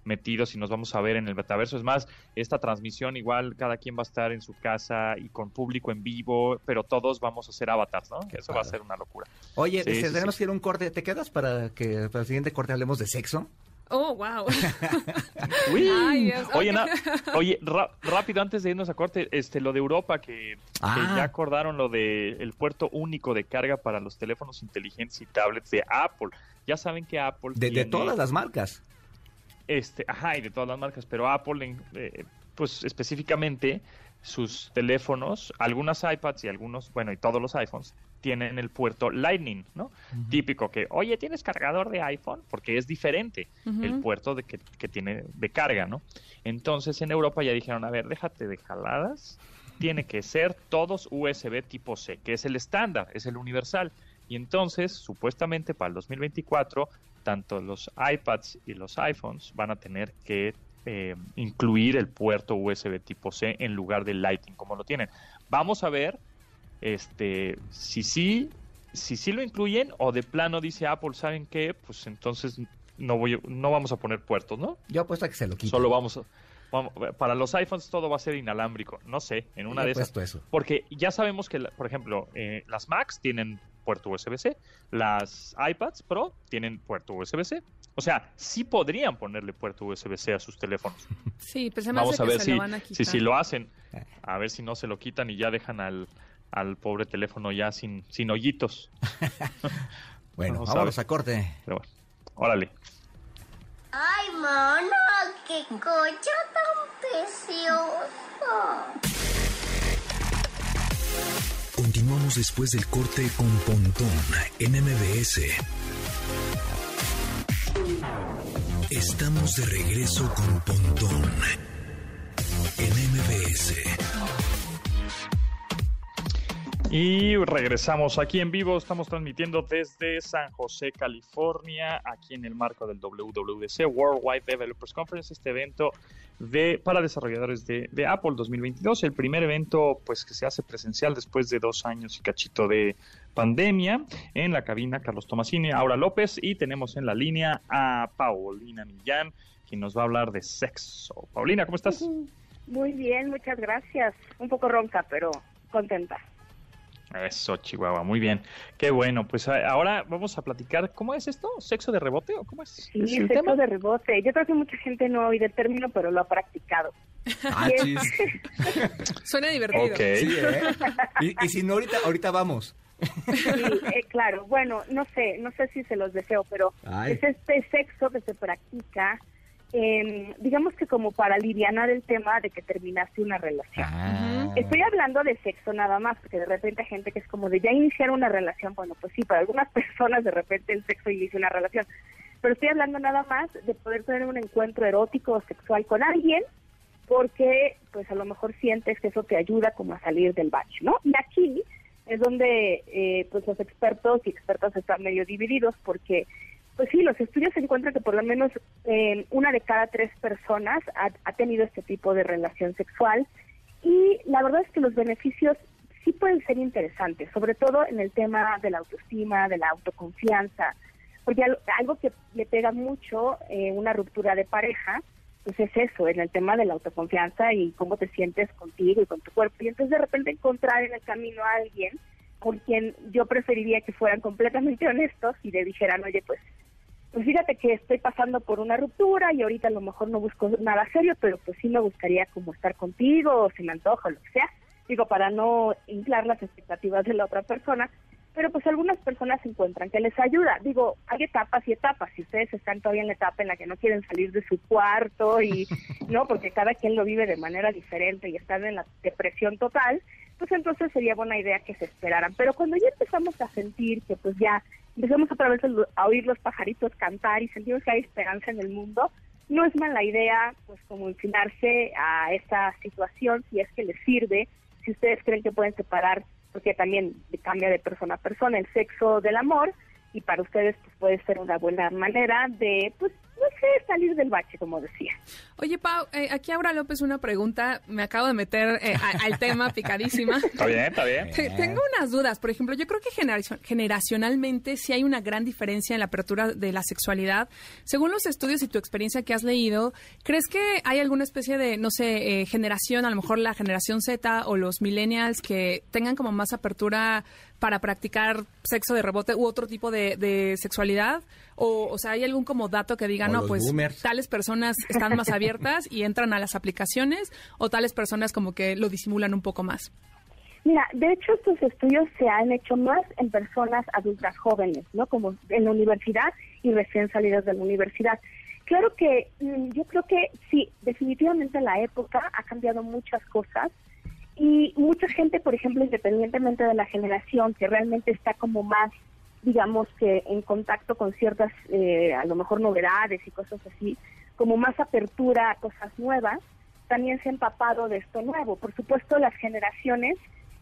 metidos y nos vamos a ver en el metaverso. Es más, esta transmisión igual cada quien va a estar en su casa y con público en vivo, pero todos vamos a ser avatars, ¿no? Eso va a ser una locura. Oye, tenemos que ir a un corte. ¿Te quedas para que para el siguiente corte hablemos de sexo? Oh, wow. Ay, Dios. Oye, rápido antes de irnos a corte, lo de Europa que ya acordaron lo de el puerto único de carga para los teléfonos inteligentes y tablets de Apple. Ya saben que Apple de todas las marcas. Y de todas las marcas, pero Apple pues específicamente sus teléfonos, algunas iPads y y todos los iPhones tienen el puerto Lightning, ¿no? Uh-huh. Típico que, oye, ¿tienes cargador de iPhone? Porque es diferente el puerto que tiene de carga, ¿no? Entonces en Europa ya dijeron, a ver, déjate de jaladas, tiene que ser todos USB tipo C, que es el estándar, es el universal. Y entonces, supuestamente para el 2024, tanto los iPads y los iPhones van a tener que incluir el puerto USB tipo C en lugar del Lightning, como lo tienen. Vamos a ver si sí lo incluyen o de plano dice Apple, ¿saben qué? Pues entonces no vamos a poner puertos, ¿no? Yo apuesto a que se lo quiten. Solo para los iPhones todo va a ser inalámbrico, no sé, en una de esas. Eso. Porque ya sabemos que, por ejemplo, las Macs tienen puerto USB-C, las iPads Pro tienen puerto USB-C. O sea, sí podrían ponerle puerto USB-C a sus teléfonos. Sí, pues vamos a ver si lo hacen. A ver si no se lo quitan y ya dejan al pobre teléfono ya sin hoyitos. Bueno, vámonos a corte. Pero bueno, órale. Ay, mano, qué coche tan precioso. Continuamos después del corte con Pontón en MBS. Estamos de regreso con Pontón en MBS. Y regresamos aquí en vivo, estamos transmitiendo desde San José, California, aquí en el marco del WWDC, Worldwide Developers Conference, este evento para desarrolladores de Apple 2022, el primer evento pues que se hace presencial después de 2 años y cachito de pandemia. En la cabina Carlos Tomasini, Aura López, y tenemos en la línea a Paulina Millán, quien nos va a hablar de sexo. Paulina, ¿cómo estás? Muy bien, muchas gracias. Un poco ronca, pero contenta. Eso, Chihuahua, muy bien. Qué bueno, pues ahora vamos a platicar, ¿cómo es esto? ¿Sexo de rebote o cómo es? Sí, sexo de rebote. Yo creo que mucha gente no ha oído el término, pero lo ha practicado. Chis. Suena divertido. Okay. Sí, y si no, ahorita vamos. Sí, claro. Bueno, no sé si se los deseo, pero es este sexo que se practica, digamos que como para alivianar el tema de que terminaste una relación. Estoy hablando de sexo nada más, porque de repente hay gente que es como de ya iniciar una relación. Bueno, pues sí, para algunas personas de repente el sexo inicia una relación, pero estoy hablando nada más de poder tener un encuentro erótico o sexual con alguien, porque pues a lo mejor sientes que eso te ayuda como a salir del bache, ¿no? Y aquí es donde pues los expertos y expertas están medio divididos, porque pues sí, los estudios encuentran que por lo menos 1 de cada 3 personas ha tenido este tipo de relación sexual, y la verdad es que los beneficios sí pueden ser interesantes, sobre todo en el tema de la autoestima, de la autoconfianza, porque algo que le pega mucho una ruptura de pareja, pues es eso, en el tema de la autoconfianza y cómo te sientes contigo y con tu cuerpo, y entonces de repente encontrar en el camino a alguien con quien yo preferiría que fueran completamente honestos y le dijeran, oye, pues fíjate que estoy pasando por una ruptura y ahorita a lo mejor no busco nada serio, pero pues sí me gustaría como estar contigo, o si me antoja, o lo que sea, digo, para no inflar las expectativas de la otra persona, pero pues algunas personas encuentran que les ayuda. Digo, hay etapas y etapas. Si ustedes están todavía en la etapa en la que no quieren salir de su cuarto y no, porque cada quien lo vive de manera diferente y están en la depresión total, pues entonces sería buena idea que se esperaran. Pero cuando ya empezamos a sentir que pues ya empezamos otra vez a oír los pajaritos cantar y sentimos que hay esperanza en el mundo, no es mala idea pues como inclinarse a esa situación si es que les sirve, si ustedes creen que pueden separar, porque también cambia de persona a persona, el sexo del amor, y para ustedes pues puede ser una buena manera de, pues, no sé, salir del bache, como decía. Oye, Pau, aquí Aura López, una pregunta. Me acabo de meter al tema picadísima. Está bien, está bien. Tengo unas dudas. Por ejemplo, yo creo que generacionalmente sí hay una gran diferencia en la apertura de la sexualidad. Según los estudios y tu experiencia que has leído, ¿crees que hay alguna especie de, no sé, generación, a lo mejor la generación Z o los millennials, que tengan como más apertura para practicar sexo de rebote u otro tipo de sexualidad? O sea, ¿hay algún como dato que diga, no, pues boomers, tales personas están más abiertas y entran a las aplicaciones, o tales personas como que lo disimulan un poco más? Mira, de hecho estos estudios se han hecho más en personas adultas jóvenes, ¿no? Como en la universidad y recién salidas de la universidad. Claro que yo creo que sí, definitivamente la época ha cambiado muchas cosas y mucha gente, por ejemplo, independientemente de la generación, que realmente está como más, digamos que en contacto con ciertas, a lo mejor novedades y cosas así, como más apertura a cosas nuevas, también se ha empapado de esto nuevo. Por supuesto, las generaciones,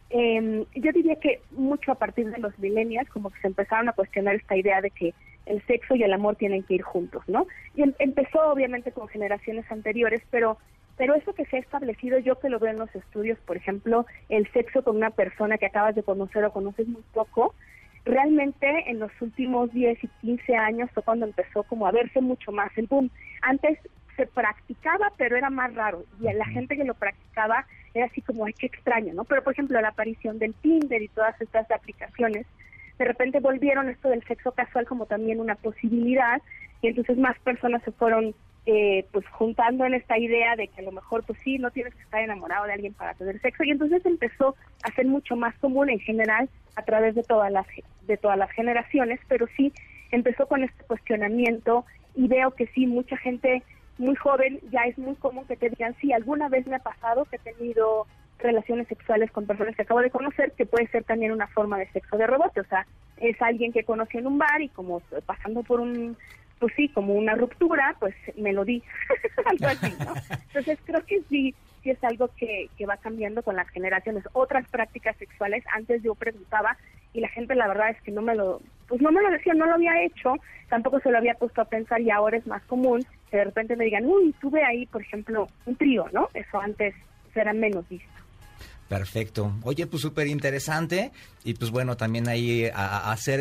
yo diría que mucho a partir de los millennials, como que se empezaron a cuestionar esta idea de que el sexo y el amor tienen que ir juntos, ¿no? Y empezó obviamente con generaciones anteriores, pero eso que se ha establecido, yo que lo veo en los estudios, por ejemplo, el sexo con una persona que acabas de conocer o conoces muy poco, realmente en los últimos 10 y 15 años fue cuando empezó como a verse mucho más el boom. Antes se practicaba, pero era más raro, y a la gente que lo practicaba era así como, ay, qué extraño, ¿no? Pero, por ejemplo, la aparición del Tinder y todas estas aplicaciones, de repente volvieron esto del sexo casual como también una posibilidad, y entonces más personas se fueron pues juntando en esta idea de que a lo mejor pues sí, no tienes que estar enamorado de alguien para tener sexo, y entonces empezó a ser mucho más común en general a través de todas las generaciones, pero sí empezó con este cuestionamiento, y veo que sí, mucha gente muy joven, ya es muy común que te digan, sí, alguna vez me ha pasado que he tenido relaciones sexuales con personas que acabo de conocer, que puede ser también una forma de sexo de rebote, o sea, es alguien que conocí en un bar y como pasando por pues sí, como una ruptura, pues me lo di, algo así, ¿no? Entonces creo que sí es algo que va cambiando con las generaciones. Otras prácticas sexuales, antes yo preguntaba y la gente la verdad es que no me lo decía, no lo había hecho, tampoco se lo había puesto a pensar, y ahora es más común que de repente me digan, uy, tuve ahí, por ejemplo, un trío, ¿no? Eso antes era menos visto. Perfecto. Oye, pues súper interesante, y pues bueno, también ahí a hacer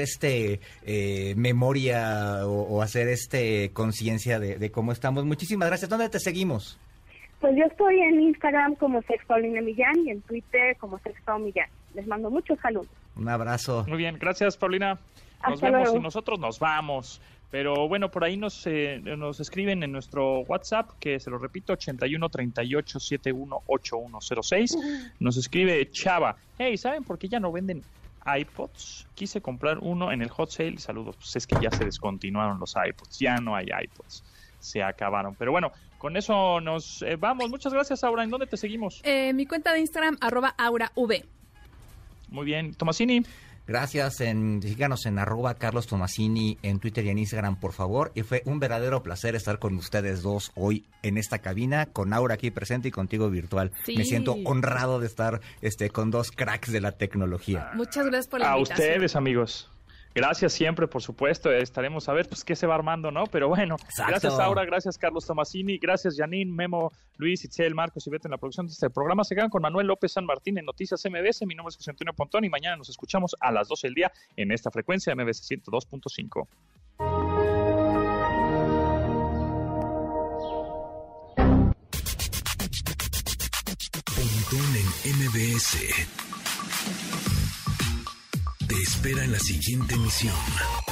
memoria o hacer conciencia de cómo estamos. Muchísimas gracias. ¿Dónde te seguimos? Pues yo estoy en Instagram como Sex Paulina Millán y en Twitter como Sex Pau Millán. Les mando muchos saludos. Un abrazo. Muy bien, gracias, Paulina. Nos vemos luego. Y nosotros nos vamos. Pero bueno, por ahí nos escriben en nuestro WhatsApp, que se lo repito, 8138718106. Nos escribe Chava. Hey, ¿saben por qué ya no venden iPods? Quise comprar uno en el hot sale. Saludos. Pues es que ya se descontinuaron los iPods. Ya no hay iPods. Se acabaron. Pero bueno, con eso nos vamos. Muchas gracias, Aura. ¿En dónde te seguimos? Mi cuenta de Instagram, @AuraV. Muy bien. Tomasini. Gracias, síganos en @Carlos Tomasini en Twitter y en Instagram, por favor. Y fue un verdadero placer estar con ustedes dos hoy en esta cabina, con Aura aquí presente y contigo virtual. Sí. Me siento honrado de estar con dos cracks de la tecnología. Muchas gracias por la invitación. A ustedes, amigos. Gracias siempre, por supuesto. Estaremos a ver pues qué se va armando, ¿no? Pero bueno, exacto. Gracias, Aura, gracias, Carlos Tomasini, gracias, Janine, Memo, Luis, Itzel, Marcos y Beto en la producción de este programa. Se quedan con Manuel López San Martín en Noticias MBS. Mi nombre es José Antonio Pontón y mañana nos escuchamos a las 12 del día en esta frecuencia MBS 102.5. Pontón en MBS. Te espera en la siguiente emisión.